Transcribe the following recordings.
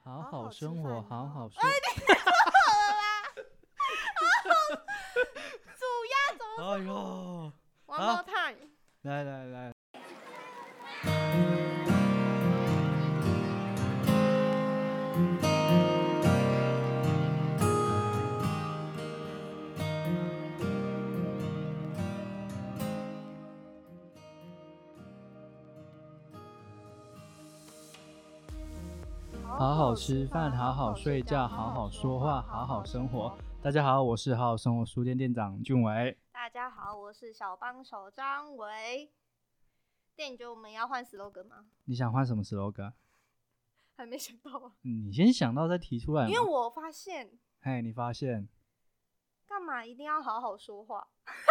好好生活，好好睡。 你错了啦！主要怎么？ 哎呦 ，One more time。 来，好好吃饭，好好睡觉，好好说话，好好生活。大家好，我是好好生活书店店长俊伟。 大家好，我是小帮手张维。店，你觉得我们要换 slogan 吗？ 你想换什么 slogan？ 还没想到啊。 你先想到再提出来嘛。 因为我发现， 你发现？ 干嘛一定要好好说话？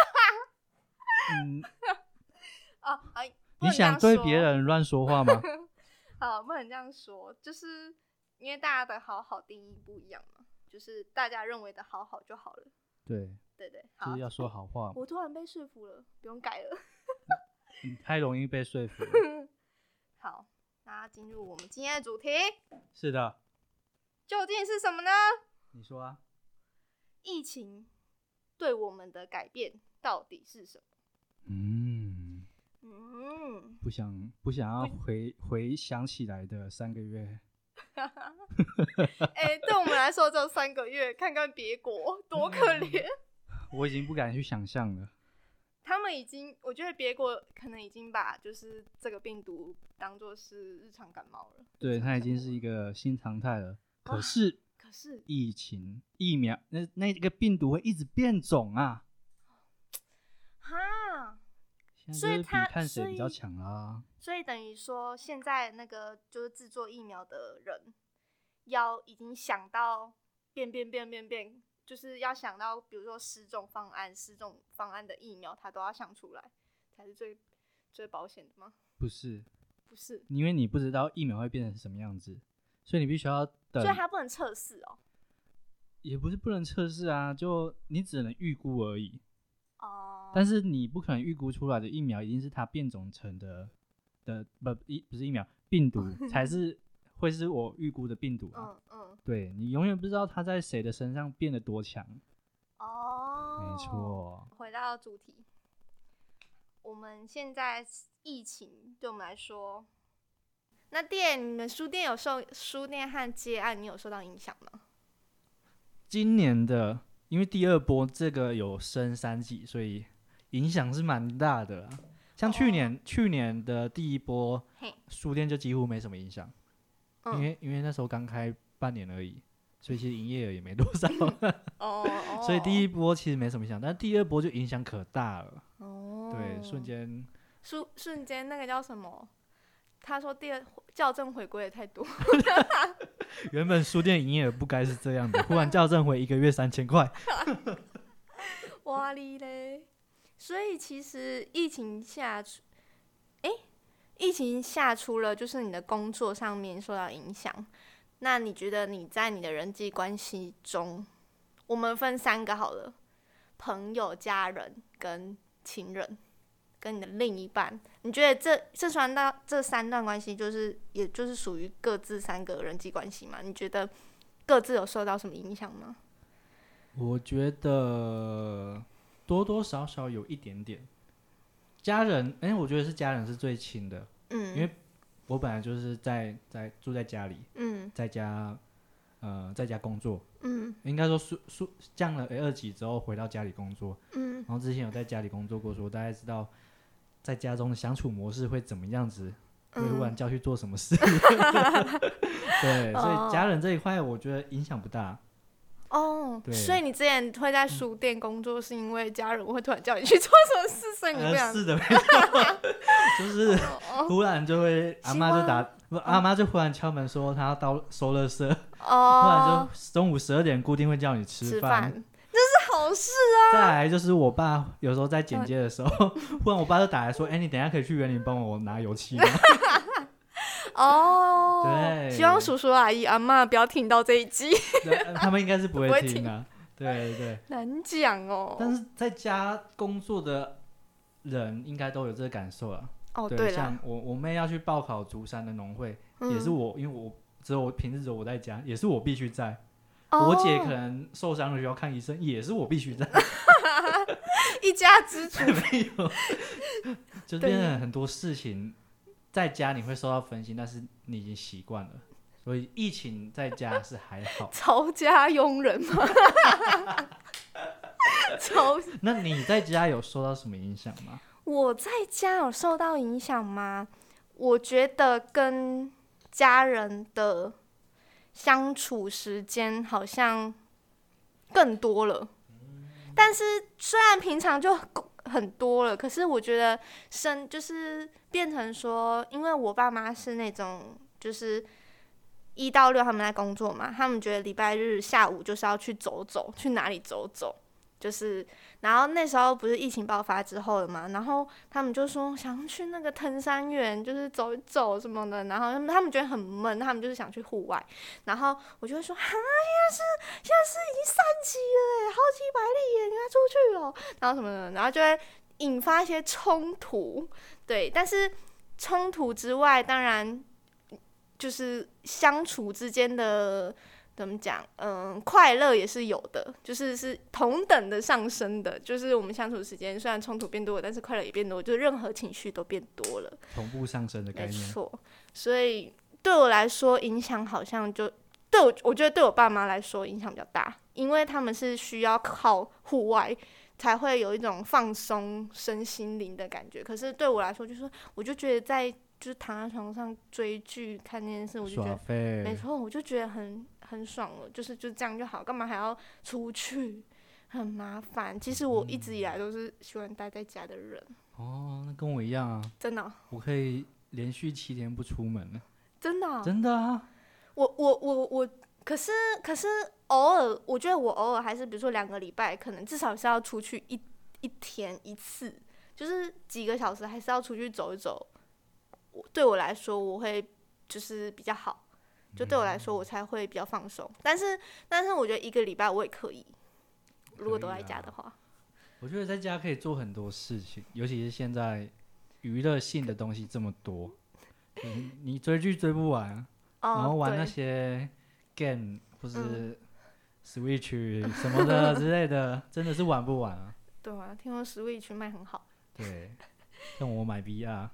你想对别人乱说话吗？ 好，不能这样说，就是因为大家的好好定义不一样嘛，就是大家认为的好好就好了。 对， 好， 就是要说好话嘛。 我突然被说服了，不用改了。 你太容易被说服了。 好，那进入我们今天的主题。 是的。 究竟是什么呢？ 你说啊。 疫情对我们的改变到底是什么？ 不想要回想起来的3个月。 对我们来说只有3个月，看看别国多可怜。 我已经不敢去想象了。 他们已经，我觉得别国可能已经把就是这个病毒当作是日常感冒了。 对，它已经是一个新常态了。可是疫情疫苗那个病毒会一直变种啊。 哈， 现在就是比看谁比较强啦。 所以等于说，现在那个就是制作疫苗的人，已经想到变，就是要想到，比如说10种方案的疫苗，他都要想出来，才是最保险的吗？ 不是， 因为你不知道疫苗会变成什么样子，所以你必须要等。 所以它不能测试哦。 也不是不能测试啊，就你只能预估而已。但是你不可能预估出来的疫苗一定是它变种成的不是疫苗，病毒才是会是我预估的病毒啊。对，你永远不知道它在谁的身上变得多强。没错。 回到主题，我们现在疫情对我们来说，那你们书店和接案，你有受到影响吗？ 今年的因为第2波这个有升3级，所以影响是蛮大的啦。像去年的第1波，书店就几乎没什么影响。因为那时候刚开半年而已，所以其实营业额也没多少。所以第1波其实没什么影响，但是第2波就影响可大了。对， 瞬间那个叫什么？他说校正回归也太多。 原本书店营业额不该是这样的，忽然校正回1个月3000块。 哇哩嘞！所以其实疫情下除了就是你的工作上面受到影响，那你觉得你在你的人际关系中，我们分3个好了：朋友、家人跟情人，跟你的另一半，你觉得这3段关系也就是属于各自3个人际关系吗？你觉得各自有受到什么影响吗？ 我觉得多多少少有一点点。家人，我觉得是家人是最亲的。因为我本来就是住在家里，在家工作，应该说降了2级之后回到家里工作，然后之前有在家里工作过，所以我大概知道在家中的相处模式会怎么样子，会忽然叫去做什么事。对，所以家人这一块我觉得影响不大。 所以你之前会在书店工作，是因为家人会突然叫你去做什么事，所以你不想？ 是的，没错。就是忽然就会阿妈就忽然敲门说她要到收垃圾，忽然就中午12点固定会叫你吃饭， 这是好事啊。 再来就是我爸有时候在剪接的时候，忽然我爸就打来说：“你等一下可以去园林帮我拿油漆吗？”对， 希望叔叔阿姨阿嬷不要听到这一集。 他们应该是不会听啊。对， 难讲哦。 但是在家工作的人应该都有这个感受啊。 对啦， 像我妹要去报考竹山的农会，也是因为我只有平日只有我在家，也是我必须在。我姐可能受伤了需要看医生，也是我必须在。 一家之主。 没有，就变成很多事情在家你会受到分心，但是你已经习惯了，所以疫情在家是还好。 抄家佣人吗？ 那你在家有受到什么影响吗？ 我在家有受到影响吗？我觉得跟家人的相处时间好像更多了，但是虽然平常就很多了，可是我觉得就是变成说，因为我爸妈是那种就是1到6他们在工作嘛，他们觉得礼拜日下午就是要去走走，去哪里走走。就是，然后那时候不是疫情爆发之后了嘛，然后他们就说想去那个藤山园，就是走一走什么的，然后他们觉得很闷，他们就是想去户外，然后我就会说，现在是已经3级了，好几百例耶，你要出去哦，然后什么的，然后就会引发一些冲突，对，但是冲突之外，当然就是相处之间的。怎么讲？快乐也是有的，是同等的上升的。就是我们相处时间虽然冲突变多了，但是快乐也变多，就任何情绪都变多了， 同步上升的概念。 没错，所以对我来说影响好像我觉得对我爸妈来说影响比较大，因为他们是需要靠户外才会有一种放松身心灵的感觉。可是对我来说，我就觉得就是躺在床上追剧看电视，我就觉得没错，我就觉得很爽了，就这样就好，干嘛还要出去？很麻烦。其实我一直以来都是喜欢待在家的人。 哦，那跟我一样啊。 真的哦？ 我可以连续7天不出门了。 真的哦？ 真的啊。 我可是偶尔，我觉得我偶尔还是，比如说2个礼拜，可能至少是要出去一天一次，就是几个小时还是要出去走一走。对我来说，我会就是比较好，就对我来说，我才会比较放松。但是我觉得1个礼拜我也可以，如果都在家的话。 我觉得在家可以做很多事情，尤其是现在娱乐性的东西这么多，你追剧追不完，然后玩那些 game 或是 Switch 什么的之类的，真的是玩不完啊。 对啊，听说 Switch 卖很好。 对，像我买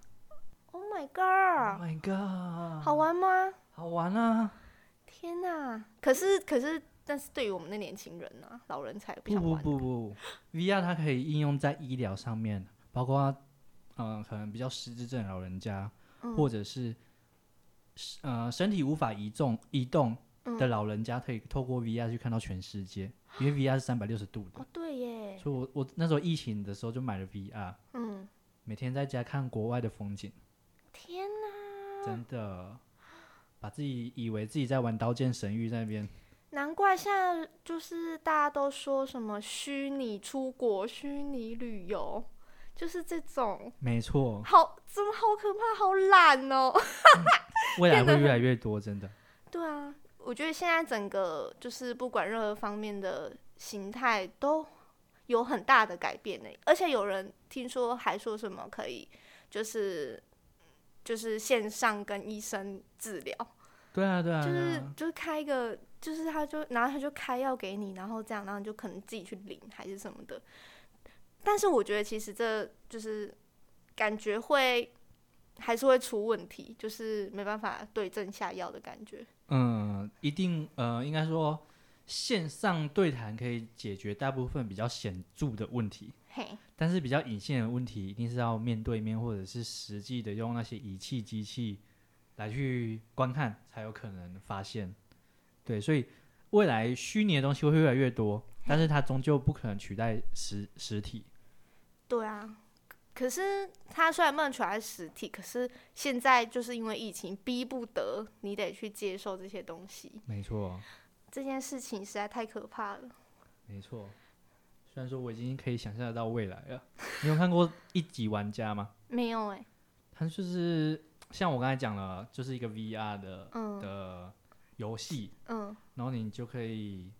VR。Oh my god！ Oh my god！ 好玩吗？ 好玩啊！ 天哪！可是，但是对于我们的年轻人啊，老人才不想玩。 不 ，VR 它可以应用在医疗上面，包括可能比较失智症老人家，或者是身体无法移动的老人家，可以透过 VR 去看到全世界，因为 VR 是360度的。 哦，对耶！ 所以我那时候疫情的时候就买了 VR，每天在家看国外的风景。 天哪！ 真的，把自己以为自己在玩《刀剑神域》在那边。 难怪现在就是大家都说什么虚拟出国、虚拟旅游，就是这种。 没错。 怎么好可怕，好懒哦！ 未来会越来越多，真的。 对啊，我觉得现在整个就是不管任何方面的形态都有很大的改变呢，而且有人听说还说什么可以就是线上跟医生治疗。 对啊， 就是开一个，就是然后他就开药给你，然后这样，然后你就可能自己去领还是什么的。但是我觉得其实这就是感觉还是会出问题，就是没办法对症下药的感觉。 一定应该说线上对谈可以解决大部分比较显著的问题，但是比较隐性的问题一定是要面对面，或者是实际的用那些仪器机器来去观看才有可能发现。对，所以未来虚拟的东西会越来越多，但是它终究不可能取代实体。 对啊，可是它虽然不能取代实体，可是现在就是因为疫情逼不得你得去接受这些东西。 没错， 这件事情实在太可怕了。 没错，虽然说我已经可以想象得到未来了。你有看过一级玩家吗？ 没有欸。 它就是像我刚才讲了，就是一个 VR 的游戏，然后你就可以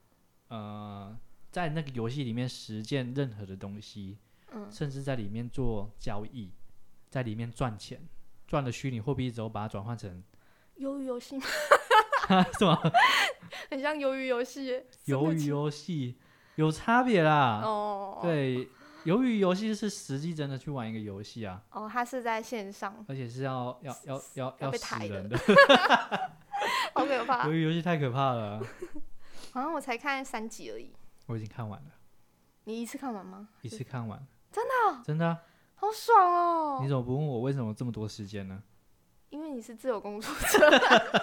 在那个游戏里面实践任何的东西，甚至在里面做交易，在里面赚钱，赚了虚拟货币之后把它转换成鱿鱼游戏吗？ 什么？ 很像鱿鱼游戏耶。 鱿鱼游戏有差别啦。 哦， 对，鱿鱼游戏是实际真的去玩一个游戏啊。 哦，它是在线上， 而且是要被死抬的， 人的。 好可怕。 鱿鱼游戏太可怕了。 好像我才看3集而已。 我已经看完了。 你一次看完吗？ 一次看完。 真的？ 真的啊。 好爽哦！ 你怎么不问我为什么这么多时间呢？ 因为你是自由工作者。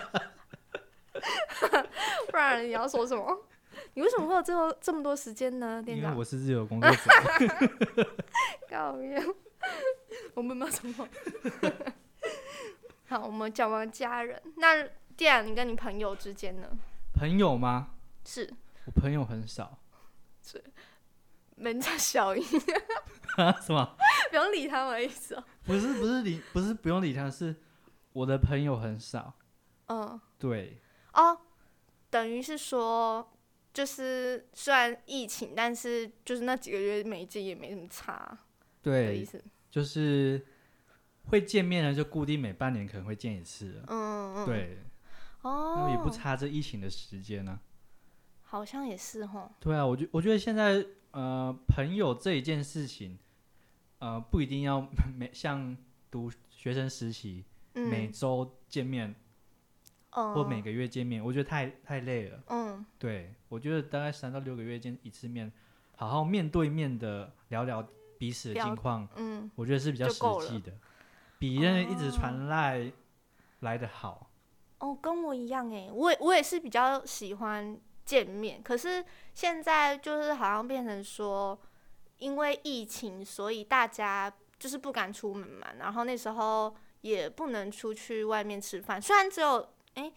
不然你要说什么？你为什么会有这么多时间呢，店长？ 因为我是自由工作者。 讨厌。我们没有什么。好，我们讲完家人，那店长，你跟你朋友之间呢？ 朋友吗？ 是。 我朋友很少。 是。门家小音。 什么？ 不用理他们的意思哦。 不是不用理他，是我的朋友很少。 嗯。 对。 哦，等于是说，就是虽然疫情，但是就是那几个月没见也没什么差。 对。 的意思。 就是会见面的，就固定每半年可能会见一次了。 嗯。 对。 哦。 也不差这疫情的时间呢。 好像也是齁。 对啊，我觉得现在朋友这一件事情，不一定要像读学生时期，每周见面，或每个月见面，我觉得太累了。对，我觉得大概3到6个月见一次面，好好面对面的聊聊彼此的近况，我觉得是比较实际的，比人一直传赖来的好。 哦，跟我一样哎，我也是比较喜欢见面，可是现在就是好像变成说，因为疫情，所以大家就是不敢出门嘛，然后那时候也不能出去外面吃饭，虽然只有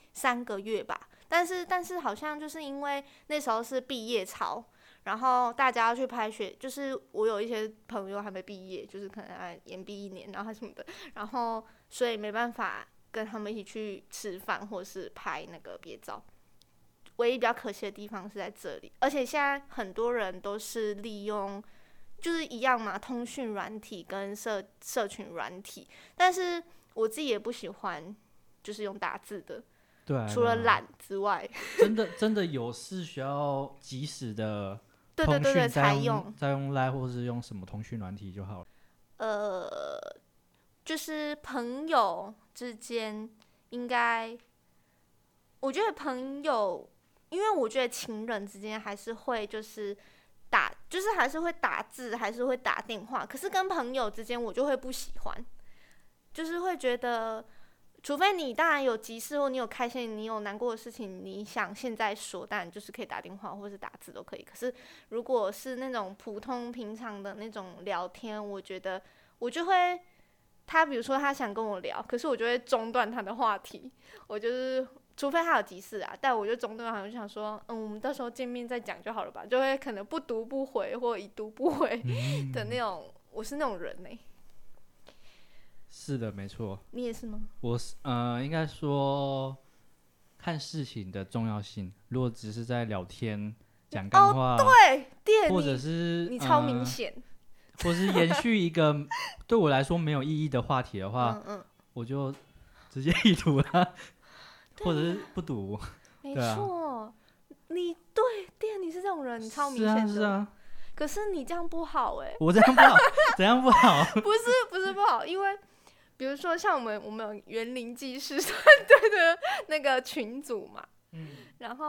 3个月吧，但是好像就是因为那时候是毕业潮，然后大家要去拍学，就是我有一些朋友还没毕业，就是可能还延毕1年，然后什么的，然后所以没办法跟他们一起去吃饭或是拍那个毕业照。唯一比较可惜的地方是在这里，而且现在很多人都是利用，就是一样嘛，通讯软体跟社群软体，但是我自己也不喜欢，就是用打字的， 对啊， 除了懒之外， 真的有事需要及时的对对对对才用， 再用 Line 或是用什么通讯软体就好了。 就是朋友之间应该，我觉得朋友。因为我觉得情人之间还是会就是还是会打字，还是会打电话，可是跟朋友之间我就会不喜欢，就是会觉得，除非你当然有急事或你有开心、你有难过的事情，你想现在说，当然就是可以打电话或是打字都可以。可是如果是那种普通平常的那种聊天，我觉得我就会，他比如说他想跟我聊，可是我就会中断他的话题，我就是。除非他有急事啊，但我就中断，好像想说，我们到时候见面再讲就好了吧，就会可能不读不回或已读不回的那种，我是那种人欸。 是的，没错。 你也是吗？ 我是应该说看事情的重要性。如果只是在聊天讲干话， 对， 或者是你超明显， 或是延续一个对我来说没有意义的话题的话，我就直接已读了。或者是不读， 没错，你是这种人，你超明显的。 是啊。 可是你这样不好哎。 我这样不好，怎样不好？ 不是不好，因为比如说像我们有园林纪事团队的那个群组嘛，然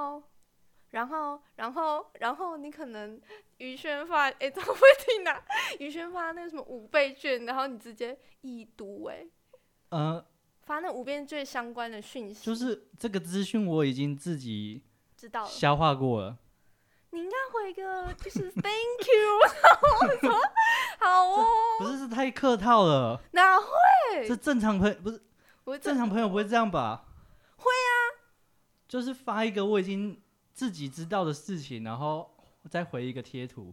后你可能于轩发，怎么会听啊？于轩发那个什么5倍券，然后你直接已读发那5倍券相关的讯息， 就是这个资讯我已经自己知道了， 消化过了。 你应该回个就是 Thank you， 然后好哦， 不是太客套了， 哪会？ 这正常朋友不是，正常朋友不会这样吧？ 会啊， 就是发一个我已经自己知道的事情，然后再回一个贴图。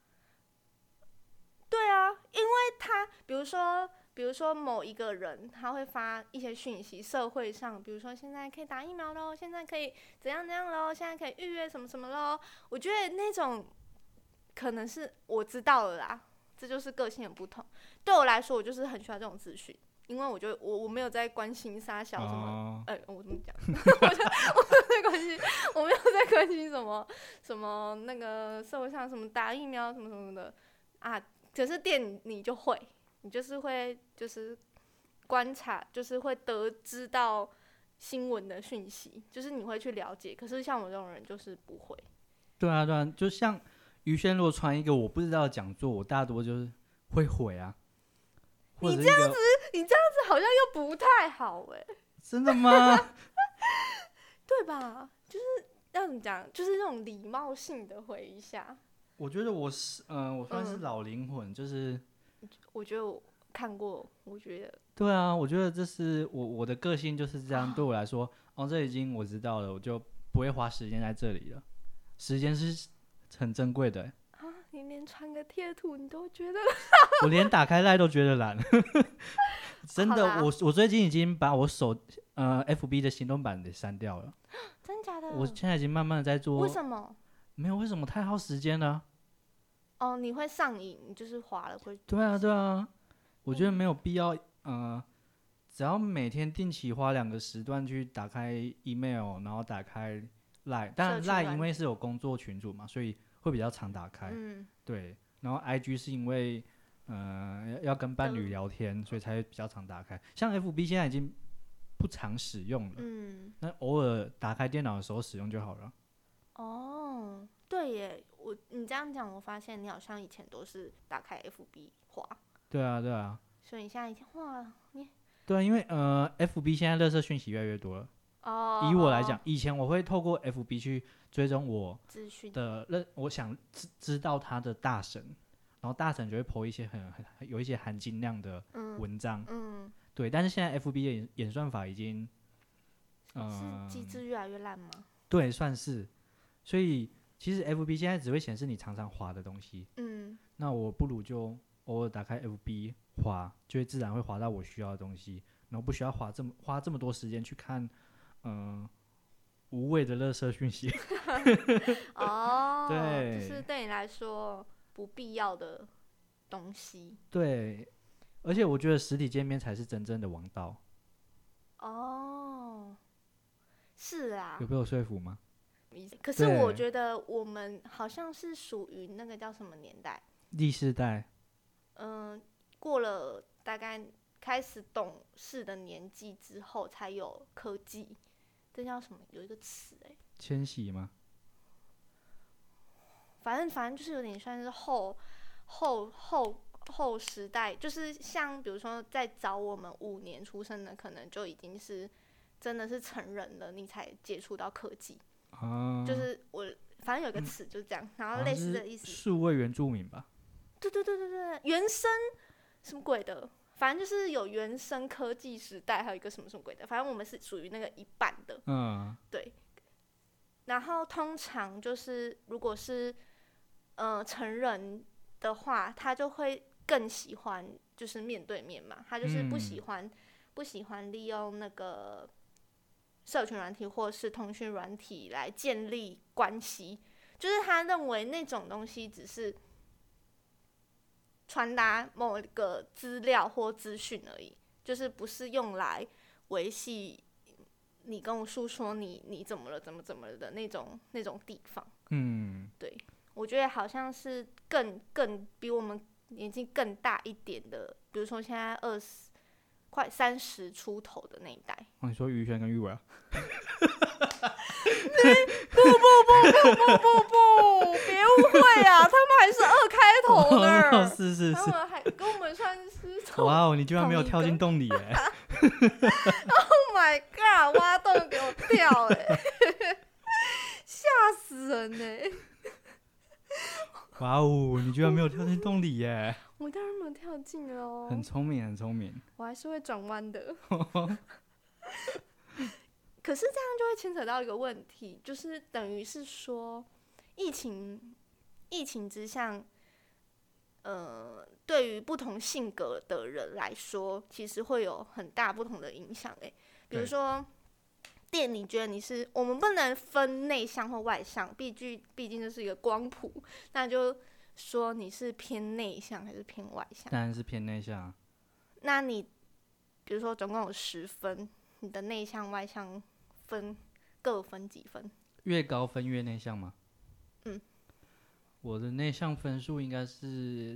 对啊，因为他比如说某一个人他会发一些讯息，社会上比如说现在可以打疫苗咯，现在可以怎样咯，现在可以预约什么什么咯，我觉得那种可能是我知道了啦，这就是个性的不同。对我来说，我就是很喜欢这种资讯， 因为我没有在关心啥小什么，我怎么讲？我没有在关心什么那个社会上什么打疫苗什么什么的啊。可是店你就会，你就是会就是观察，就是会得知到新闻的讯息，就是你会去了解。可是像我这种人就是不会。 对啊，对啊，就像于轩如果传一个我不知道的讲座，我大多就是会回啊。 你这样子好像又不太好真的吗？ 对吧？就是要怎么讲，就是那种礼貌性的回一下。 我觉得我算是老灵魂，就是我觉得我看过，我觉得对啊，我觉得这是我的个性就是这样。对我来说，这已经我知道了，我就不会花时间在这里了。时间是很珍贵的你连传个贴图你都觉得我连打开 LINE 都觉得懒真的。我最近已经把我FB 的行动版给删掉了。 真假的？ 我现在已经慢慢的在做。 为什么？ 没有，为什么？太耗时间了。 你会上瘾，你就是滑了会。 对啊对啊，我觉得没有必要只要每天定期花2个时段去打开 email， 然后打开 LINE， 当然 LINE 因为是有工作群组嘛，所以会比较常打开。对，然后 IG 是因为要跟伴侣聊天，所以才会比较常打开。像 FB 现在已经不常使用了，那偶尔打开电脑的时候使用就好了。 对耶，你这样讲，我发现你好像以前都是打开 FB 滑。 对啊对啊。 所以你现在已经对啊，因为FB 现在垃圾讯息越来越多了。以我来讲，以前我会透过 FB 去追踪我的我想知道他的大神，然后大神就会 po 一些有一些含金量的文章。对，但是现在 FB 的演算法已经是机制越来越烂吗？ 对，算是。所以其实 FB 现在只会显示你常常滑的东西。那我不如就偶尔打开 FB 滑，就会自然会滑到我需要的东西，然后不需要花这么多时间去看无谓的垃圾讯息。对， 就是对你来说不必要的东西。 对，而且我觉得实体见面才是真正的王道。 是啊。 有被我说服吗？ 可是我觉得我们好像是属于那个叫什么年代 ？Z世代。 过了大概开始懂事的年纪之后才有科技。这叫什么？有一个词千禧吗？ 反正就是有点算是后时代，就是像比如说在早我们5年出生的，可能就已经是真的是成人了，你才接触到科技。就是反正有个词就是这样，然后类似的意思。 数位原住民吧？ 对，原生什么鬼的，反正就是有原生科技时代，还有一个什么鬼的，反正我们是属于那个一半的。对。然后通常就是如果是成人的话，他就会更喜欢就是面对面嘛，他就是不喜欢利用那个社群软体或是通讯软体来建立关系，就是他认为那种东西只是传达某个资料或资讯而已，就是不是用来维系你跟我诉说你怎么了怎么了的那种地方。对，我觉得好像是更比我们年纪更大一点的，比如说现在快30出头的那一代。 你说于轩跟玉伟啊？ 不，别误会啊，他们还是2开头的。 是。 他们还跟我们算是哇你居然没有跳进洞里 Oh my god， 挖洞给我跳吓死人哇你居然没有跳进洞里耶！ 我当然没有跳进了很聪明。 我还是会转弯的。可是这样就会牵扯到一个问题，就是等于是说，疫情之下，对于不同性格的人来说，其实会有很大不同的影响比如说，店你觉得我们不能分内向或外向，毕竟这是一个光谱，那就说你是偏内向还是偏外向？ 当然是偏内向。 那你比如说总共有10分，你的内向外向各分几分？ 越高分越内向吗？我的内向分数应该是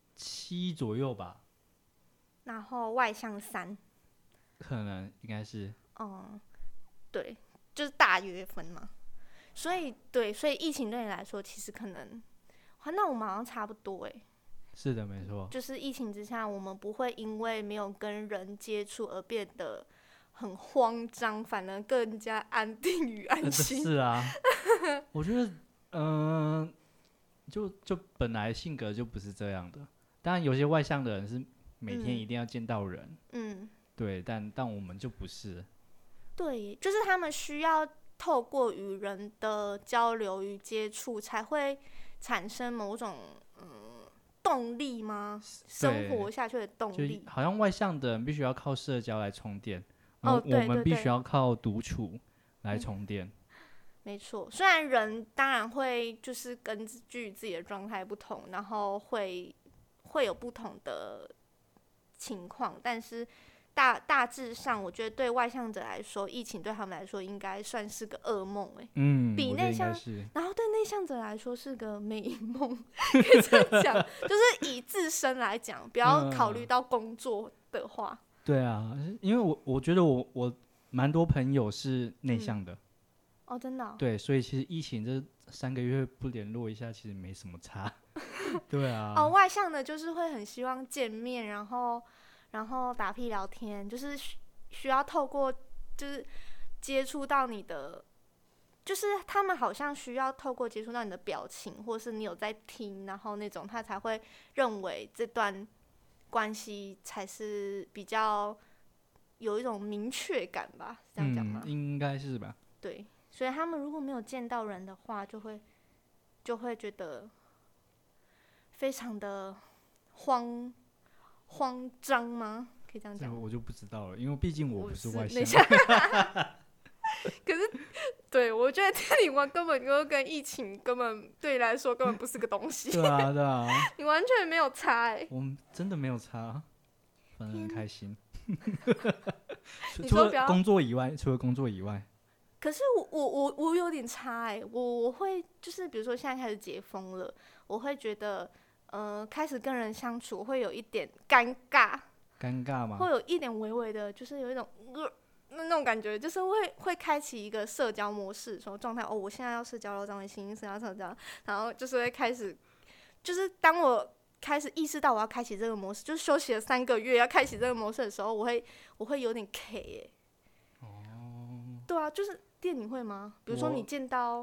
7左右吧。 然后外向3， 可能应该是。 对，就是大约分嘛。所以疫情对你来说，其实可能，那我们好像差不多哎。 是的，没错。 就是疫情之下，我们不会因为没有跟人接触而变得很慌张，反而更加安定与安心。 是啊，我觉得，就本来性格就不是这样的。当然，有些外向的人是每天一定要见到人，对，但我们就不是。 对，就是他们需要透过与人的交流与接触，才会产生某种动力吗？生活下去的动力。 就好像外向的人必须要靠社交来充电， 我们必须要靠独处来充电。 没错，虽然人当然会就是根据自己的状态不同，然后会有不同的情况，但是大致上，我觉得对外向者来说，疫情对他们来说应该算是个噩梦比内向，然后对内向者来说是个美梦，可以这样讲，就是以自身来讲，不要考虑到工作的话。 对啊，因为我觉得我蛮多朋友是内向的。 真的对，所以其实疫情这3个月不联络一下，其实没什么差。对啊。 外向的就是会很希望见面，然后打屁聊天，就是需要透过就是接触到你的，就是他们好像需要透过接触到你的表情，或是你有在听，然后那种他才会认为这段关系才是比较有一种明确感吧，这样讲吗？ 应该是吧。 对，所以他们如果没有见到人的话，就会觉得非常的慌张吗？可以这样讲？ 我就不知道了，因为毕竟我不是外向。 可是，对，我觉得电影根本就跟疫情根本对你来说根本不是个东西。 对啊，对啊。 你完全没有差我们真的没有差，反正很开心。 除了工作以外。 可是我有点差我会就是比如说现在开始解封了，我会觉得开始跟人相处会有一点尴尬。 尴尬吗？ 会有一点微微的，就是有一种那种感觉，就是会开启一个社交模式，什么状态？我现在要社交了，张伟新社交，然后就是会开始，就是当我开始意识到我要开启这个模式，就是休息了3个月要开启这个模式的时候，我会有点 K 对啊，就是电影会吗？比如说你见到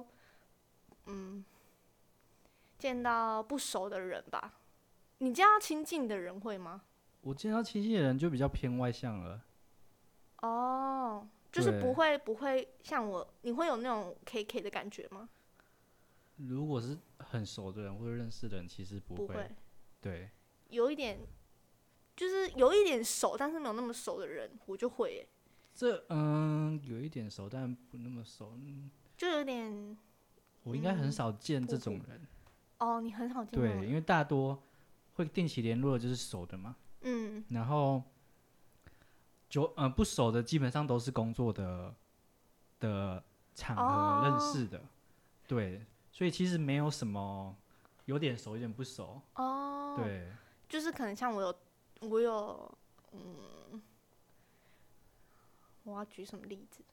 不熟的人吧，你见到亲近的人会吗？ 我见到亲近的人就比较偏外向了。 就是不会像我，你会有那种 KK 的感觉吗？ 如果是很熟的人或者认识的人，其实不会。对， 有一点，就是有一点熟，但是没有那么熟的人，我就会有一点熟，但不那么熟， 就有点。 我应该很少见这种人。 你很少见。 对，因为大多会定期联络的就是熟的嘛。然后不熟的基本上都是工作的场合认识的。对，所以其实没有什么有点熟有点不熟。对， 就是可能像我有我要举什么例子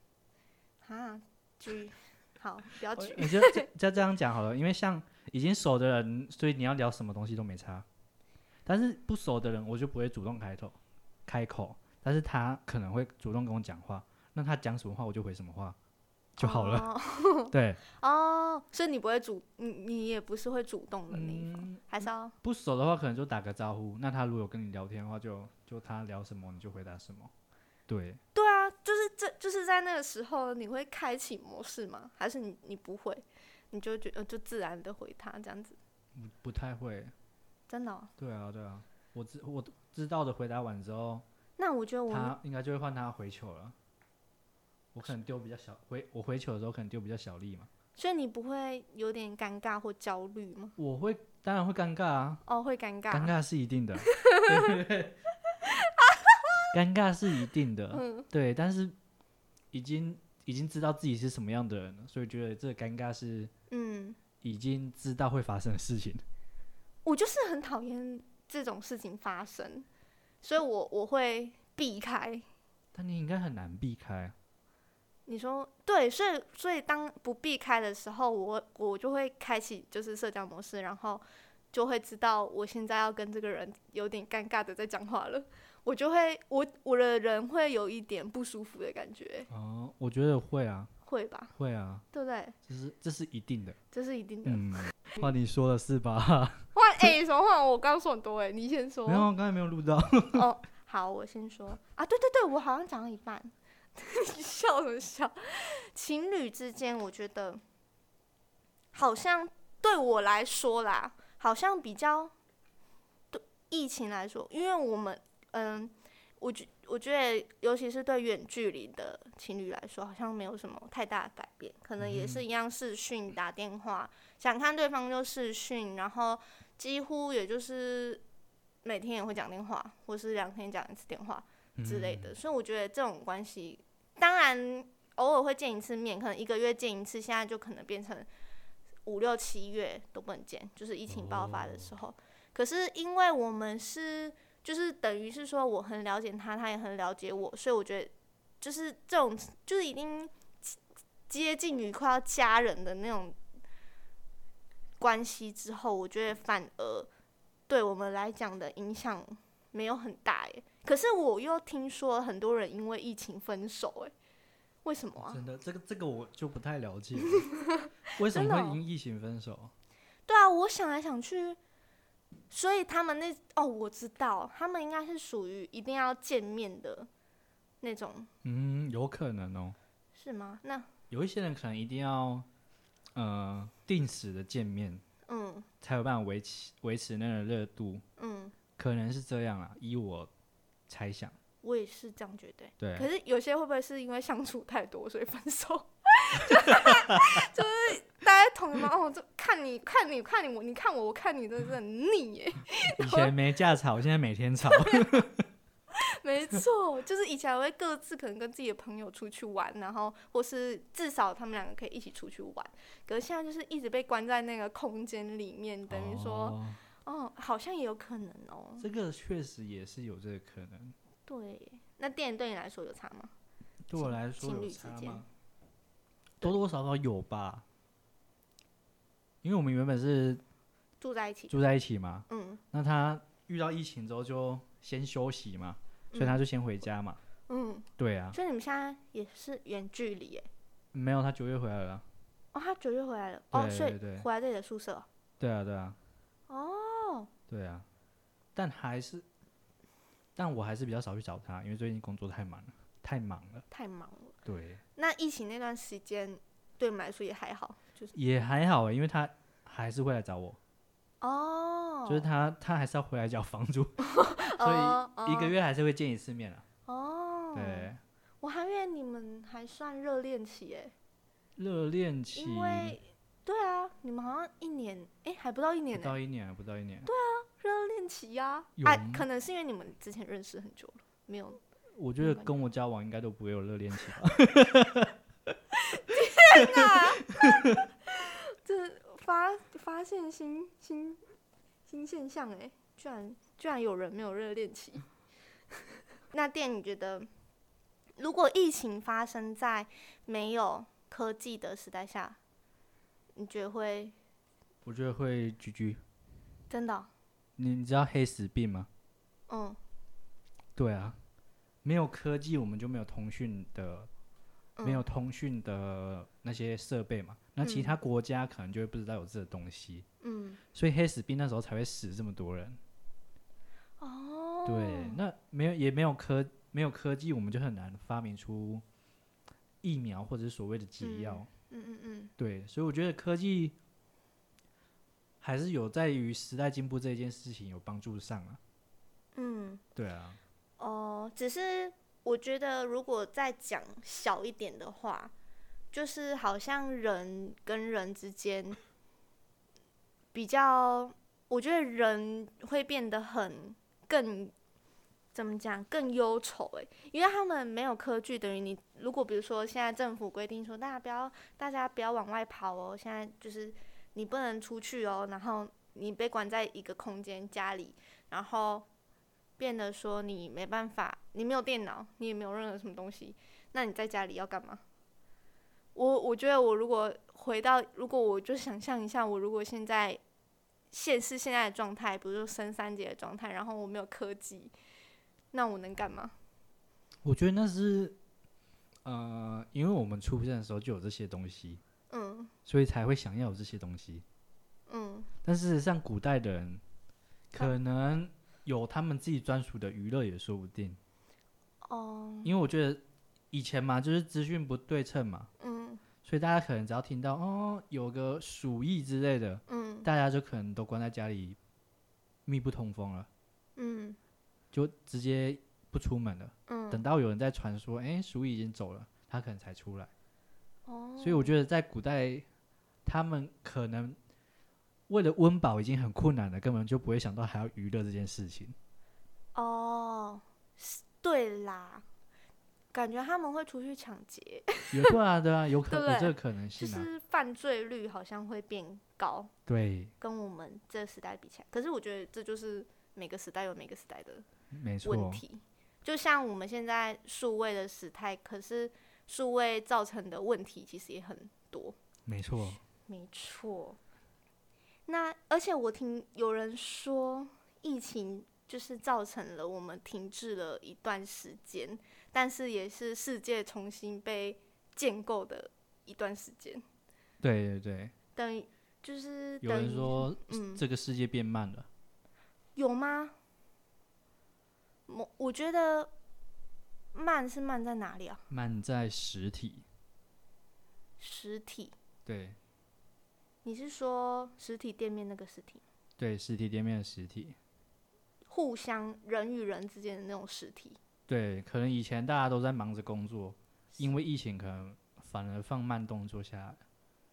好，不要举。 你就这样讲好了，因为像已经熟的人，所以你要聊什么东西都没差。但是不熟的人，我就不会主动开口，但是他可能会主动跟我讲话，那他讲什么话我就回什么话就好了。对。 所以你不会你也不是会主动的那一方，还是要不熟的话可能就打个招呼，那他如果有跟你聊天的话就他聊什么你就回答什么。对啊，就是在那个时候你会开启模式吗？还是你不会，你就觉得就自然的回他这样子？ 不太会。 真的对啊，我知道的回答完之后， 那我觉得他应该就会换他回球了。我可能丢比较小，我回球的时候可能丢比较小力嘛。 所以你不会有点尴尬或焦虑吗？ 我会，当然会尴尬啊。 会尴尬。 尴尬是一定的。 尴尬是一定的，对，但是已经知道自己是什么样的人了，所以觉得这个尴尬是已经知道会发生的事情。 我就是很讨厌这种事情发生，所以我会避开。 但你应该很难避开啊。 你说对，所以当不避开的时候，我就会开启就是社交模式，然后就会知道我现在要跟这个人有点尴尬的在讲话了，我就会我的人会有一点不舒服的感觉。 哦，我觉得会啊， 会吧？ 会啊， 对不对？ 这是一定的， 这是一定的。 换你说的是吧？ 什么换我刚刚说很多你先说。 没有，刚才没有录到。 哦，好，我先说啊，对，我好像讲到一半。你笑什么笑？情侣之间，我觉得好像对我来说啦，好像比较对疫情来说，因为我们我觉得，尤其是对远距离的情侣来说，好像没有什么太大的改变，可能也是一样视讯打电话，想看对方就视讯，然后几乎也就是每天也会讲电话，或是2天讲一次电话之类的，所以我觉得这种关系，当然偶尔会见一次面，可能1个月见一次，现在就可能变成5、6、7月都不能见，就是疫情爆发的时候。可是因为我们就是等于是说我很了解他，他也很了解我，所以我觉得就是这种就是已经接近于快要家人的那种关系之后，我觉得反而对我们来讲的影响没有很大耶。可是我又听说很多人因为疫情分手耶，为什么啊？ 真的，这个我就不太了解了。为什么会因疫情分手？ 对啊，我想来想去，所以他们我知道，他们应该是属于一定要见面的那种。 有可能哦。 是吗？那有一些人可能一定要定时的见面，才有办法维持那个热度，可能是这样啊，依我猜想。我也是这样觉得。 对。 可是有些会不会是因为相处太多所以分手？就是大家同学就看你，你看我，我看你，真的是很腻耶。 以前没架吵，现在每天吵。 没错，就是以前会各自可能跟自己的朋友出去玩，然后或是至少他们2个可以一起出去玩。可是现在就是一直被关在那个空间里面，等于说，好像也有可能哦。 这个确实也是有这个可能。 对，那电影对你来说有差吗？ 对我来说有差吗？多多少少有吧，因为我们原本是住在一起嘛，那他遇到疫情之后就先休息嘛，所以他就先回家嘛，对啊， 所以你们现在也是远距离耶？ 没有，他9月回来了。 他9月回来了， 对， 所以回来这里的宿舍。 对啊，对啊，但我还是比较少去找他，因为最近工作太忙了。对。那疫情那段时间对你们来说也还好， 也还好因为他还是会来找我。就是他还是要回来缴房租，所以1个月还是会见一次面啊。对。 我还以为你们还算热恋期耶。 热恋期？ 因为对啊，你们好像1年，还不到1年。 不到一年。 对啊，热恋期啊。可能是因为你们之前认识很久了，没有。 我觉得跟我交往应该都不会有热恋期吧。 天哪！这发现新现象居然有人没有热恋期。那店你觉得，如果疫情发生在没有科技的时代下，你觉得会？ 我觉得会GG。 真的？ 你知道黑死病吗？对啊。没有科技，我们就没有通讯的，那些设备嘛。那其他国家可能就会不知道有这个东西。所以黑死病那时候才会死这么多人。对，那也没有科技，我们就很难发明出疫苗或者是所谓的解药。对，所以我觉得科技还是有在于时代进步这件事情有帮助上啊。对啊。 只是我觉得如果再讲小一点的话，就是好像人跟人之间比较，我觉得人会变得更怎么讲更忧愁因为他们没有科技，等于你如果比如说现在政府规定说大家不要往外跑哦，现在就是你不能出去哦，然后你被关在一个空间家里，然后变得说你没办法，你没有电脑，你也没有任何什么东西，那你在家里要干嘛？我觉得我如果我就想象一下，我如果现在现在的状态，比如说升3级的状态，然后我没有科技，那我能干嘛？ 我觉得那是因为我们出生的时候就有这些东西，所以才会想要有这些东西，但事实上古代的人可能有他们自己专属的娱乐也说不定，因为我觉得以前嘛，就是资讯不对称嘛，所以大家可能只要听到有个鼠疫之类的，大家就可能都关在家里，密不通风了，就直接不出门了，等到有人在传说，鼠疫已经走了，他可能才出来，所以我觉得在古代，他们可能为了温饱已经很困难了，根本就不会想到还要娱乐这件事情。 对啦。感觉他们会出去抢劫， 对啊，有这个可能性啊， 就是犯罪率好像会变高， 对， 跟我们这个时代比起来。可是我觉得这就是每个时代有每个时代的问题，就像我们现在数位的时代，可是数位造成的问题其实也很多， 没错。 那而且我听有人说，疫情就是造成了我们停滞了一段时间，但是也是世界重新被建构的一段时间。 对， 等于就是有人说这个世界变慢了， 有吗？我觉得慢是慢在哪里啊？ 慢在实体。对。 你是说实体店面那个实体？ 对，实体店面的实体。 互相人与人之间的那种实体。 对，可能以前大家都在忙着工作，因为疫情可能反而放慢动作下来。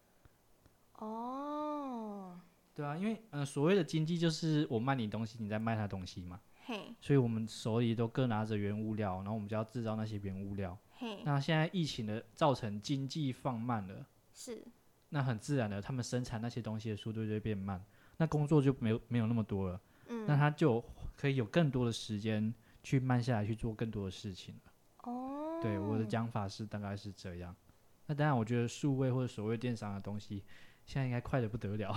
对啊，因为所谓的经济就是我卖你东西，你在卖他东西嘛。所以我们手里都各拿着原物料，然后我们就要制造那些原物料。那现在疫情的造成经济放慢了，那很自然的，他们生产那些东西的速度就会变慢，那工作就没有那么多了，那他就可以有更多的时间去慢下来去做更多的事情了。对，我的讲法是大概是这样。那当然，我觉得数位或者所谓电商的东西，现在应该快得不得了。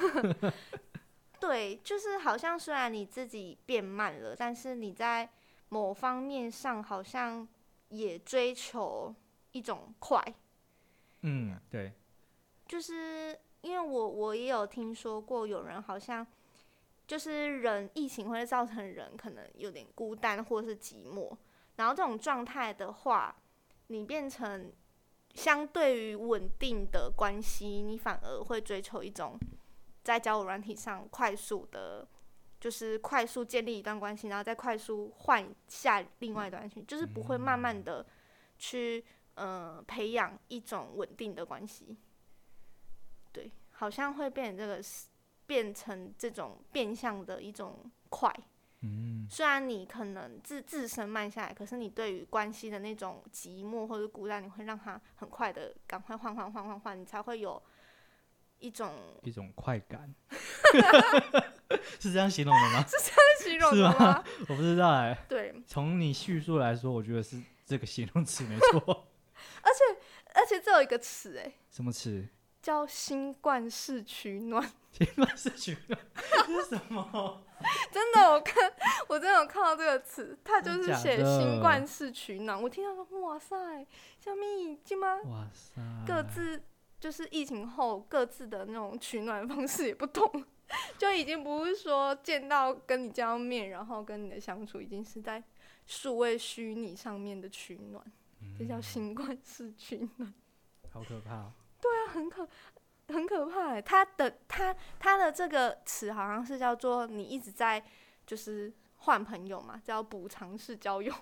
对，就是好像虽然你自己变慢了，但是你在某方面上好像也追求一种快。 对。 就是因为我也有听说过，有人好像就是疫情会造成人可能有点孤单或是寂寞，然后这种状态的话，你变成相对于稳定的关系，你反而会追求一种在交友软体上就是快速建立一段关系，然后再快速换下另外一段关系，就是不会慢慢的去培养一种稳定的关系。对，好像会变成这种变相的一种快。虽然你可能自身慢下来，可是你对于关系的那种寂寞或者孤单，你会让它很快的赶快换，你才会有一种快感。是这样形容的吗？ 是这样形容的吗？ 我不知道对， 从你叙述来说，我觉得是这个形容词没错。 而且这有一个词什么词？ 叫新冠式取暖。 新冠式取暖这是什么？ 真的，我真的有看到这个词，它就是写新冠式取暖。我听到说，哇塞，小咪今吗？ 哇塞， 各自就是疫情后各自的那种取暖方式也不同，就已经不是说跟你见到面，然后跟你的相处，已经是在数位虚拟上面的取暖，这叫新冠式取暖。 好可怕哦。 对啊，很可怕他的这个词好像是叫做你一直在就是换朋友嘛，叫补偿式交友。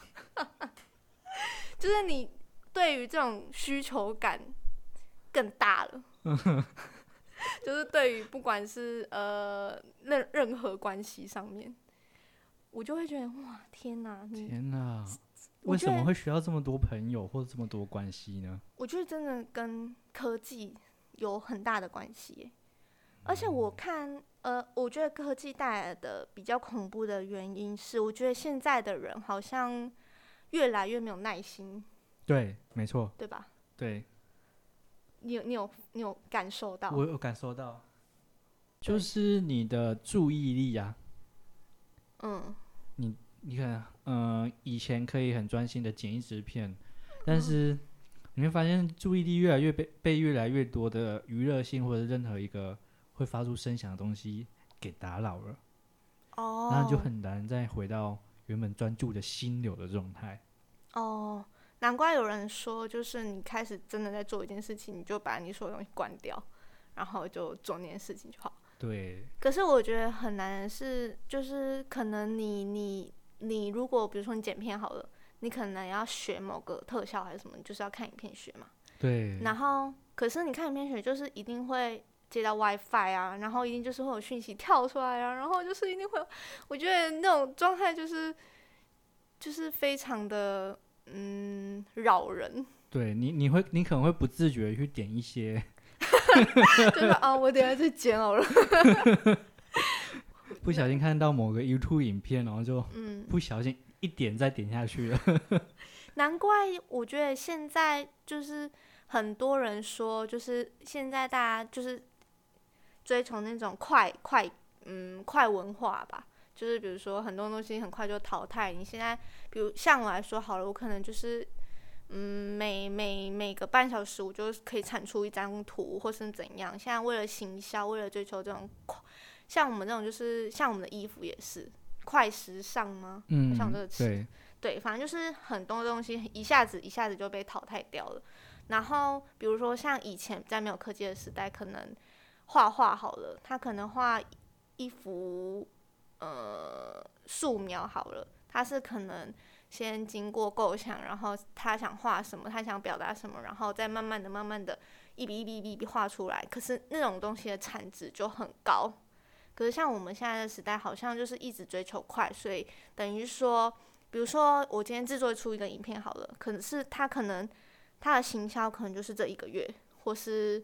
就是你对于这种需求感更大了。就是对于不管是任何关系上面， 我就会觉得哇，天哪！ 为什么会需要这么多朋友或者这么多关系呢？ 我觉得真的跟科技有很大的关系耶。而且我觉得科技带来的比较恐怖的原因是，我觉得现在的人好像越来越没有耐心。 对，没错， 对吧？ 对， 你有感受到？ 我有感受到，就是你的注意力啊，你可能以前可以很专心的剪一支片，但是你会发现注意力越来越被越来越多的娱乐性或者任何一个会发出声响的东西给打扰了，然后就很难再回到原本专注的心流的状态。 难怪有人说，就是你开始真的在做一件事情，你就把你所有东西关掉，然后就做那件事情就好。 对。 可是我觉得很难的是，就是可能你如果比如说你剪片好了，你可能要学某个特效还是什么，你就是要看影片学嘛。 对。 然后，可是你看影片学，就是一定会接到 WiFi 啊，然后一定就是会有讯息跳出来啊，然后就是一定会有，我觉得那种状态就是非常的扰人。 对你可能会不自觉去点一些， 就是我等一下再剪好了。 不小心看到某个 YouTube 影片，然后就不小心一点再点下去了。 难怪我觉得现在就是很多人说，就是现在大家就是追求那种快文化吧，就是比如说很多东西很快就淘汰。你现在比如像我来说好了，我可能就是每个半小时我就可以产出一张图或是怎样。现在为了行销，为了追求这种像我们这种就是像我们的衣服也是快时尚吗？像这个词，对，反正就是很多东西一下子就被淘汰掉了。然后比如说像以前在没有科技的时代，可能画画好了，他可能画一幅素描好了，他是可能先经过构想，然后他想画什么，他想表达什么，然后再慢慢的一笔一笔画出来。可是那种东西的产值就很高。可是像我们现在的时代，好像就是一直追求快，所以等于说，比如说我今天制作出一个影片好了，可是它的行销可能就是这1个月，或是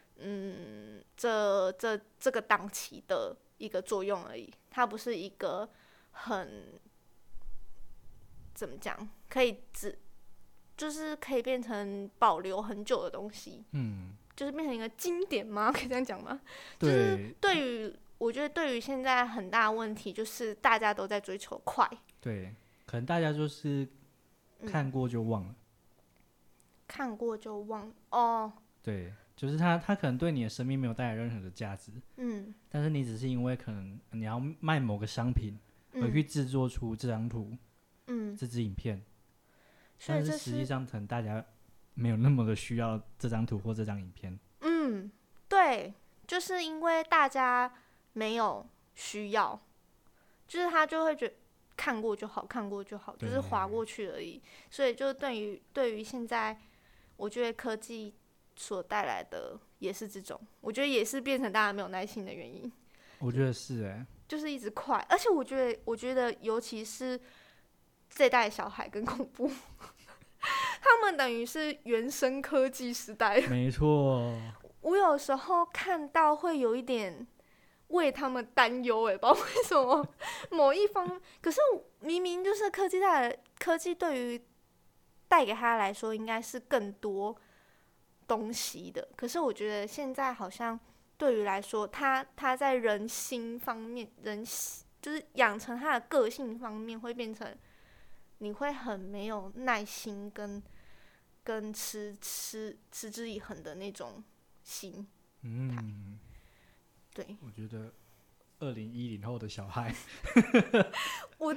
这个档期的一个作用而已，它不是一个很怎么讲，就是可以变成保留很久的东西，就是变成一个经典吗？可以这样讲吗？ 对， 就是我觉得对于现在很大的问题就是大家都在追求快。 对，可能大家就是看过就忘了。 看过就忘哦。 对，就是他可能对你的生命没有带来任何的价值，但是你只是因为可能你要卖某个商品而去制作出这张图，这支影片，但是实际上可能大家没有那么的需要这张图或这张影片。 对，就是因为大家没有需要，就是他就会觉得看过就好，就是滑过去而已。所以就对于现在，我觉得科技所带来的也是这种，我觉得也是变成大家没有耐心的原因。 我觉得是就是一直快，而且我觉得尤其是这代小孩更恐怖，他们等于是原生科技时代。 没错。 我有时候看到会有一点为他们担忧，不知道为什么某一方，可是明明就是科技对于带给他来说应该是更多东西的，可是我觉得现在好像对于来说，他在人心方面，就是养成他的个性方面，会变成你会很没有耐心跟持之以恒的那种心态。对， 我觉得2010后的小孩， 我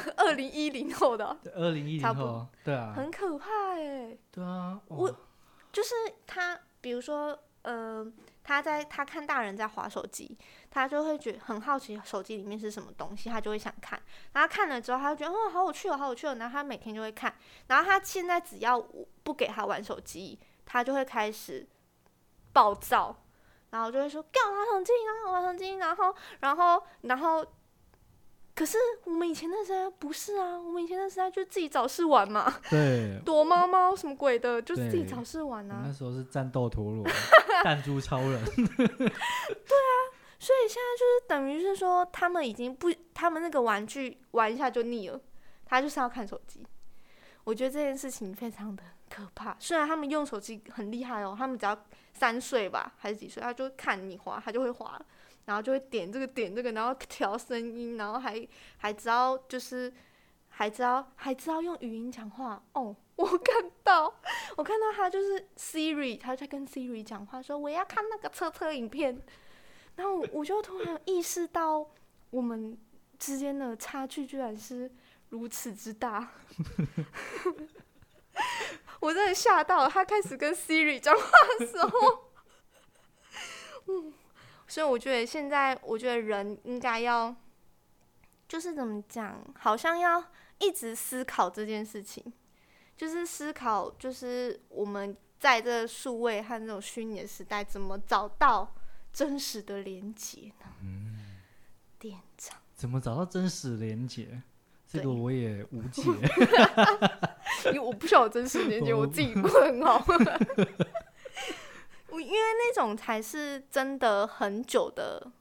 2010后的 ，2010后，对啊， 很可怕耶。 对啊， 我就是他，比如说，他看大人在滑手机，他就会觉得很好奇手机里面是什么东西，他就会想看。然后看了之后，他就觉得好有趣哦，好有趣哦。然后他每天就会看。然后他现在只要我不给他玩手机，他就会开始暴躁，然后就会说：“给我玩手机，然后玩手机。”然后可是我们以前那时代不是啊，我们以前那时代就自己找事玩嘛， 对， 躲猫猫什么鬼的，就自己找事玩啊。 那时候是战斗陀螺、弹珠超人。 对啊，所以现在就是等于是说，他们已经不，他们那个玩具玩一下就腻了，他就是要看手机。我觉得这件事情非常的可怕。虽然他们用手机很厉害哦，他们只要3岁吧还是几岁，他就看你滑，他就会滑了，然后就会点这个点这个，然后调声音，然后还知道就是还知道用语音讲话哦。我看到他就是 Siri， 他在跟 Siri 讲话，说我要看那个车影片，然后我就突然意识到我们之间的差距居然是如此之大。我真的吓到了，他开始跟 Siri 讲话的时候。所以我觉得现在，我觉得人应该要，就是怎么讲，好像要一直思考这件事情，就是思考，就是我们在这数位和这种虚拟的时代，怎么找到真实的连结呢？店长， 怎么找到真实连结？这个我也无解。 因为我不需要有真实连接，我自己过得很好。因为那种才是真的很久的，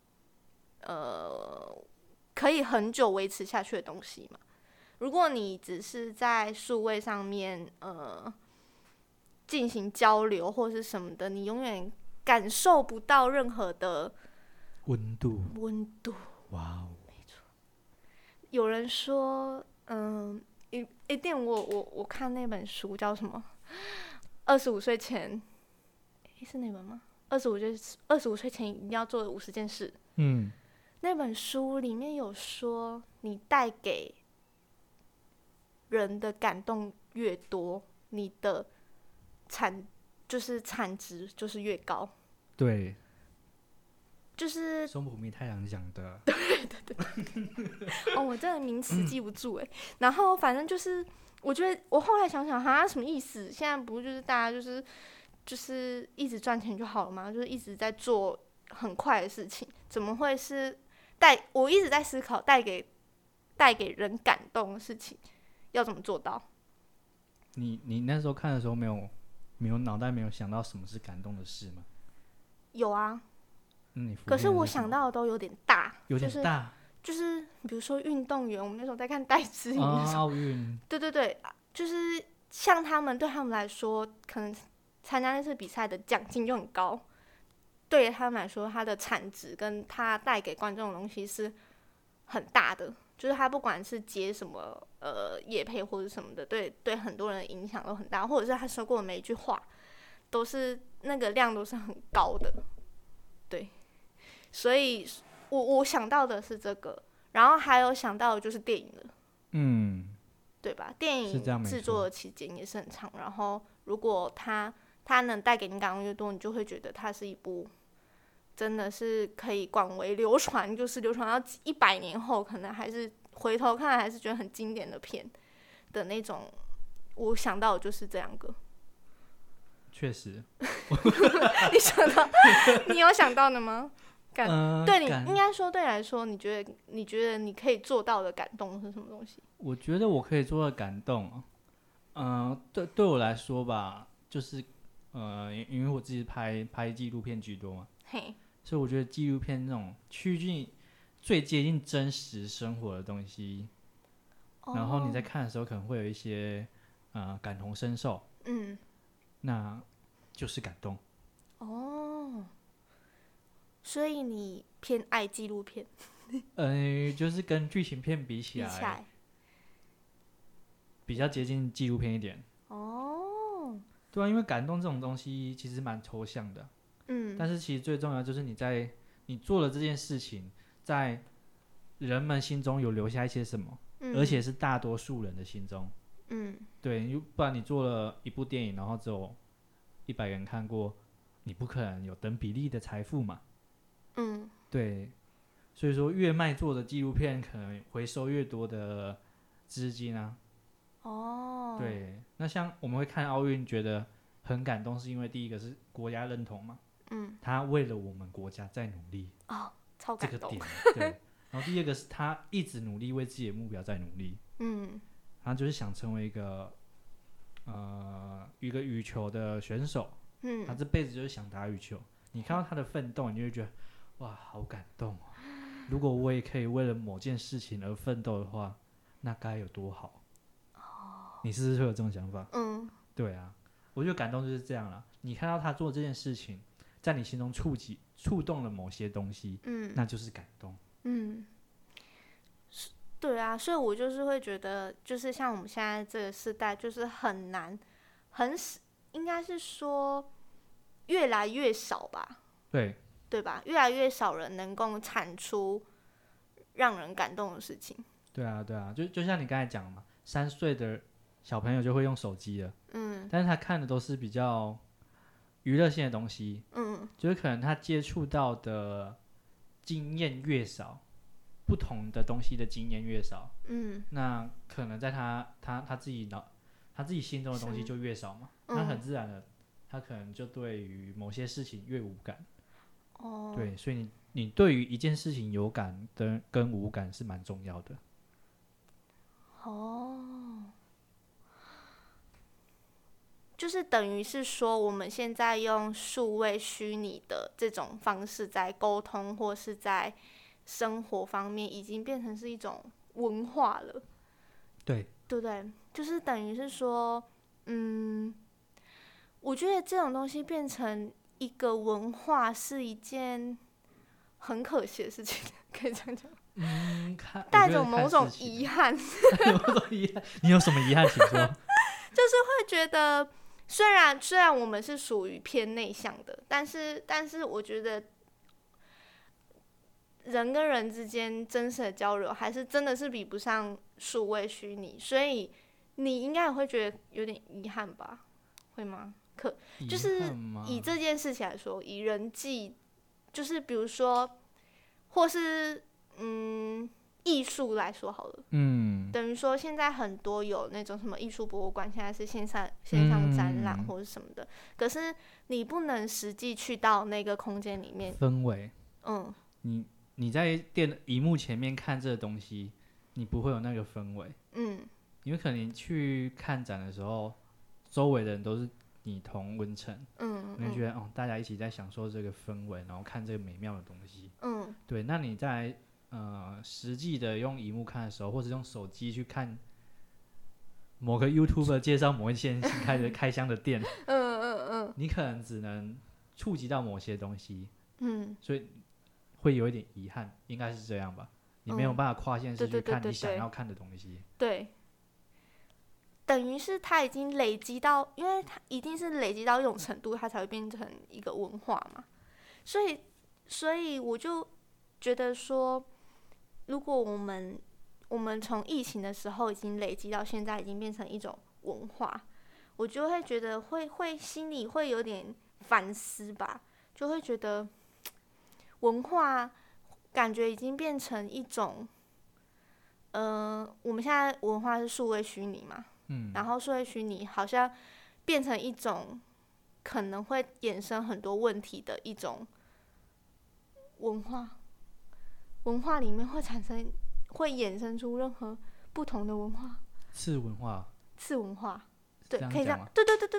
可以很久维持下去的东西嘛。如果你只是在数位上面进行交流或是什么的，你永远感受不到任何的温度。哇哦！ 没错。有人说，一定我看那本书叫什么？25岁前，是那本吗？25岁前一定要做的50件事。那本书里面有说，你带给人的感动越多，你的产值就是越高。 对。 就是松浦弥太郎讲的。 对。哦，我真的名词记不住哎。然后反正就是，我觉得我后来想想，哈，什么意思？现在不就是大家就是一直赚钱就好了吗？就是一直在做很快的事情，怎么会是我一直在思考带给人感动的事情要怎么做到？ 你那时候看的时候没有脑袋没有想到什么是感动的事吗？ 有啊。可是我想到的都有点大， 有点大， 就是比如说运动员，我们那时候在看戴资颖的时候， 奥运， 对，就是像对他们来说，可能参加那次比赛的奖金就很高，对他们来说，他的产值跟他带给观众的东西是很大的，就是他不管是接什么业配或者什么的，对很多人的影响都很大，或者是他说过的每一句话，都是那个量都是很高的，对。所以我想到的是这个，然后还有想到的就是电影了，对吧？电影制作的期间也是很长，然后如果它能带给你感动越多，你就会觉得它是一部真的是可以广为流传，就是流传到100年后，可能还是回头看还是觉得很经典的片的那种。我想到的就是这2个。 确实。 你有想到的吗？对你应该说，对你来说，你觉得你可以做到的感动是什么东西？ 我觉得我可以做到感动，对我来说吧，就是因为我自己拍纪录片居多嘛，所以我觉得纪录片那种最接近真实生活的东西，然后你在看的时候可能会有一些感同身受，那就是感动。 所以你偏爱纪录片？ 就是跟剧情片比起来，比较接近纪录片一点。对啊，因为感动这种东西其实蛮抽象的。但是其实最重要就是你做了这件事情，在人们心中有留下一些什么，而且是大多数人的心中。对，不然你做了一部电影，然后只有100个人看过，你不可能有等比例的财富嘛。对，所以说越卖座的纪录片可能回收越多的资金啊。对，那像我们会看奥运觉得很感动，是因为第一个是国家认同嘛，他为了我们国家在努力， 超感动。 这个点，对。 然后第二个是他一直努力为自己的目标在努力，他就是想成为一个羽球的选手，他这辈子就是想打羽球。你看到他的奋斗，你就会觉得哇，好感动哦！如果我也可以为了某件事情而奋斗的话，那该有多好！你是不是会有这种想法？对啊，我觉得感动就是这样啦。你看到他做这件事情，在你心中触动了某些东西，那就是感动。 对啊，所以我就是会觉得，就是像我们现在这个世代，就是很难，应该是说越来越少吧，对吧？越来越少人能够产出让人感动的事情。 对啊，就像你刚才讲的嘛，3岁的小朋友就会用手机了，但是他看的都是比较娱乐性的东西，就是可能他接触到的经验越少，不同的东西的经验越少，那可能在他自己心中的东西就越少嘛，那很自然的，他可能就对于某些事情越无感。对，所以你对于一件事情有感跟无感是蛮重要的。 就是等于是说，我们现在用数位虚拟的这种方式在沟通，或是在生活方面，已经变成是一种文化了。 对不对？就是等于是说，我觉得这种东西变成一个文化是一件很可惜的事情，可以这样讲。带着某种遗憾。 你有什么遗憾，请说。 就是会觉得，虽然我们是属于偏内向的，但是我觉得人跟人之间真实的交流，还是真的是比不上数位虚拟，所以你应该也会觉得有点遗憾吧？会吗？就是以这件事情来说，以人际，就是比如说，或是艺术来说好了，等于说现在很多有那种什么艺术博物馆，现在是线上展览或者什么的，可是你不能实际去到那个空间里面， 氛围，你在萤幕前面看这个东西，你不会有那个氛围，因为可能你去看展的时候，周围的人都是你同温层，你会觉得大家一起在享受这个氛围，然后看这个美妙的东西，对。那你在实际的用萤幕看的时候，或者用手机去看某个 YouTuber 介绍某一间新开箱的店，你可能只能触及到某些东西，所以会有一点遗憾，应该是这样吧？你没有办法跨县市去看你想要看的东西，对。 等于是它已经累积到，因为它一定是累积到一种程度，它才会变成一个文化嘛。所以我就觉得说，如果我们从疫情的时候已经累积到现在，已经变成一种文化，我就会觉得会心里会有点反思吧，就会觉得文化感觉已经变成一种，我们现在文化是数位虚拟嘛。然后数位虚拟好像变成一种可能会衍生很多问题的一种文化里面会衍生出任何不同的文化， 次文化， 对，可以这样，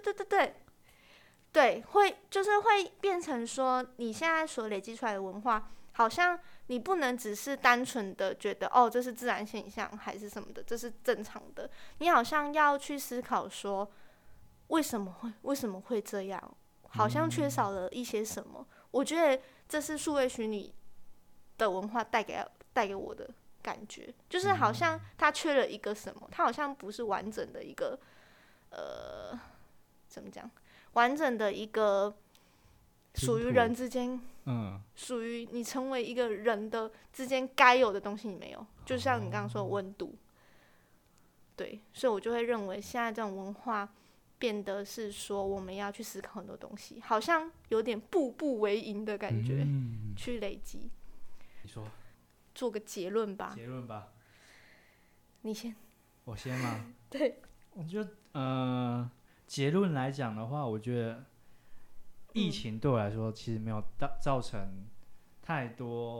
对，就是会变成说你现在所累积出来的文化，好像你不能只是单纯的觉得这是自然现象还是什么的，这是正常的。你好像要去思考说，为什么会这样？好像缺少了一些什么。我觉得这是数位虚拟的文化带给我的感觉，就是好像它缺了一个什么，它好像不是完整的一个怎么讲？完整的一个属于人之间，属于你成为一个人的之间该有的东西，你没有。就像你刚刚说的温度，对，所以我就会认为现在这种文化变得是说我们要去思考很多东西，好像有点步步为营的感觉，去累积。 你说， 做个结论吧。你先。 我先吗？ 对， 我觉得结论来讲的话，我觉得疫情对我来说其实没有造成太多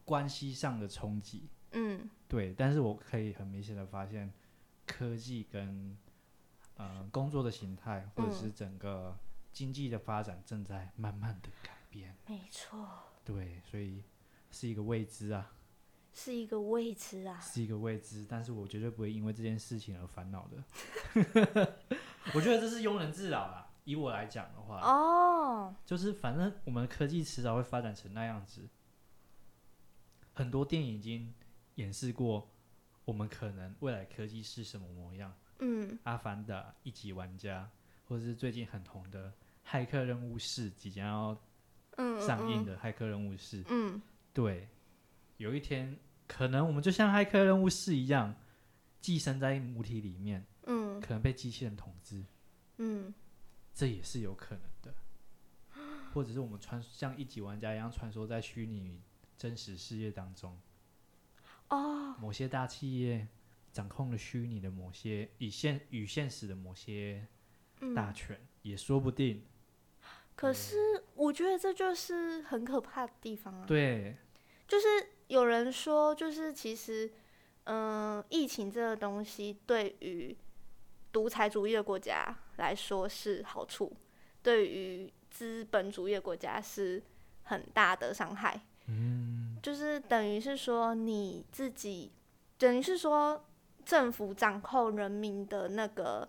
关系上的冲击。对，但是我可以很明显的发现，科技跟工作的形态，或者是整个经济的发展正在慢慢的改变。 没错。 对，所以是一个未知啊。 是一个未知啊。 是一个未知，但是我绝对不会因为这件事情而烦恼的。我觉得这是庸人自扰啦。以我来讲的话，就是反正我们的科技迟早会发展成那样子。很多电影已经演示过，我们可能未来科技是什么模样。阿凡达、一级玩家，或者是最近很红的《骇客任务4》即将要上映的《骇客任务4》。对，有一天可能我们就像《骇客任务4》一样，寄生在母体里面，可能被机器人统治。这也是有可能的。或者是我们像一级玩家一样穿梭在虚拟真实世界当中。某些大企业掌控了虚拟的某些与现实的某些大权，也说不定。 可是我觉得这就是很可怕的地方啊。 对， 就是有人说，就是其实疫情这个东西对于独裁主义的国家来说是好处，对于资本主义的国家是很大的伤害。就是等于是说你自己，等于是说政府掌控人民的那个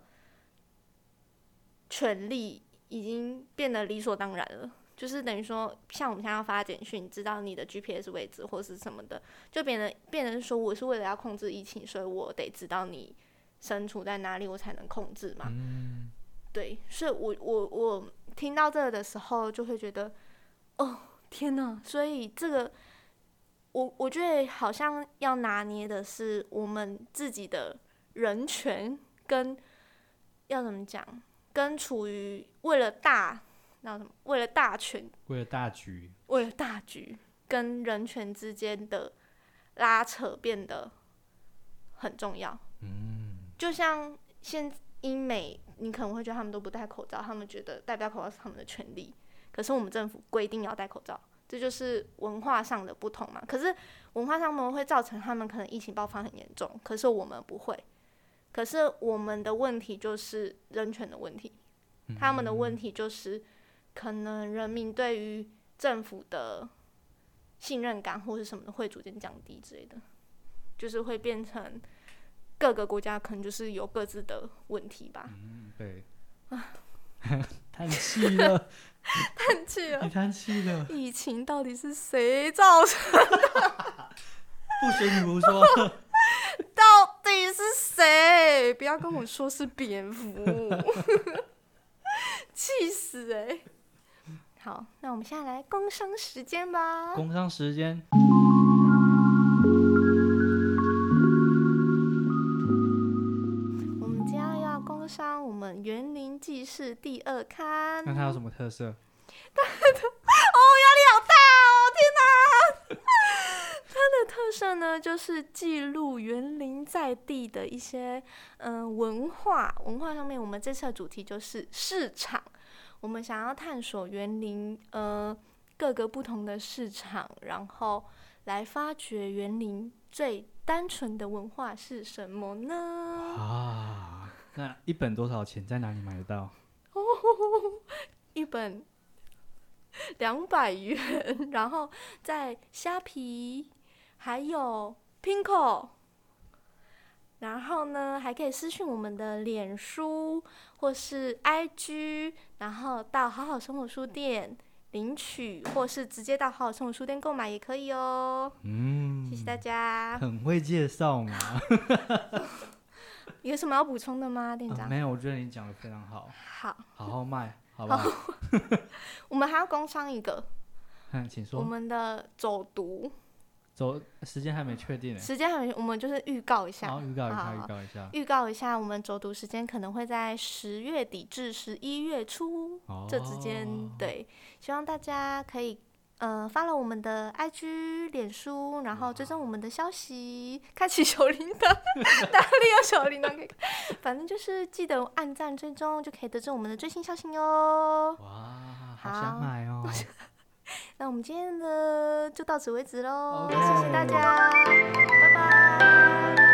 权利已经变得理所当然了。就是等于说，像我们现在要发简讯，知道你的 GPS 位置或是什么的，就变成说，我是为了要控制疫情，所以我得知道你身处在哪里，我才能控制嘛。对，所以我听到这个的时候，就会觉得，哦天哪！所以这个，我觉得好像要拿捏的是我们自己的人权跟要怎么讲，跟处于为了大权、为了大局跟人权之间的拉扯变得很重要。就像英美，你可能会觉得他们都不戴口罩，他们觉得戴不戴口罩是他们的权利，可是我们政府规定要戴口罩，这就是文化上的不同嘛。可是文化上面会造成他们可能疫情爆发很严重，可是我们不会。可是我们的问题就是人权的问题，他们的问题就是可能人民对于政府的信任感或是什么的会逐渐降低之类的，就是会变成各个国家可能就是有各自的问题吧。 对。叹气了。 你叹气了。 疫情到底是谁造成的？ 不许你胡说。 到底是谁？不要跟我说是蝙蝠。气死欸。好，那我们现在来工商时间吧。 工商时间。 我们今天要工商我们园林纪事第2刊。 那它有什么特色？ 压力好大哦！天哪！它的特色呢，就是记录园林在地的一些文化上面。我们这次的主题就是市场。我们想要探索园林各个不同的市场，然后来发掘园林最单纯的文化是什么呢？ 那一本多少钱？在哪里买得到？ 一本200元，然后在虾皮还有 Pinko， 然后呢还可以私讯我们的脸书或是 IG， 然后到好好生活书店领取，或是直接到好好生活书店购买也可以哦。谢谢大家。 很会介绍嘛。 有什么要补充的吗，店长？ 没有，我觉得你讲得非常好。好好卖，好不好？ 我们还要工商一个。 请说。 我们的走读。 时间还没确定。 我们就是预告一下。预告一下，我们走读时间可能会在10月底至11月初这之间。对，希望大家可以follow我们的 IG 脸书，然后追踪我们的消息，开启小铃铛。哪里有小铃铛可以看？反正就是记得按赞追踪，就可以得知我们的最新消息哟。 哇，好想买哦。 那我们们今天的就到此为止喽， OK 谢谢大家，拜拜。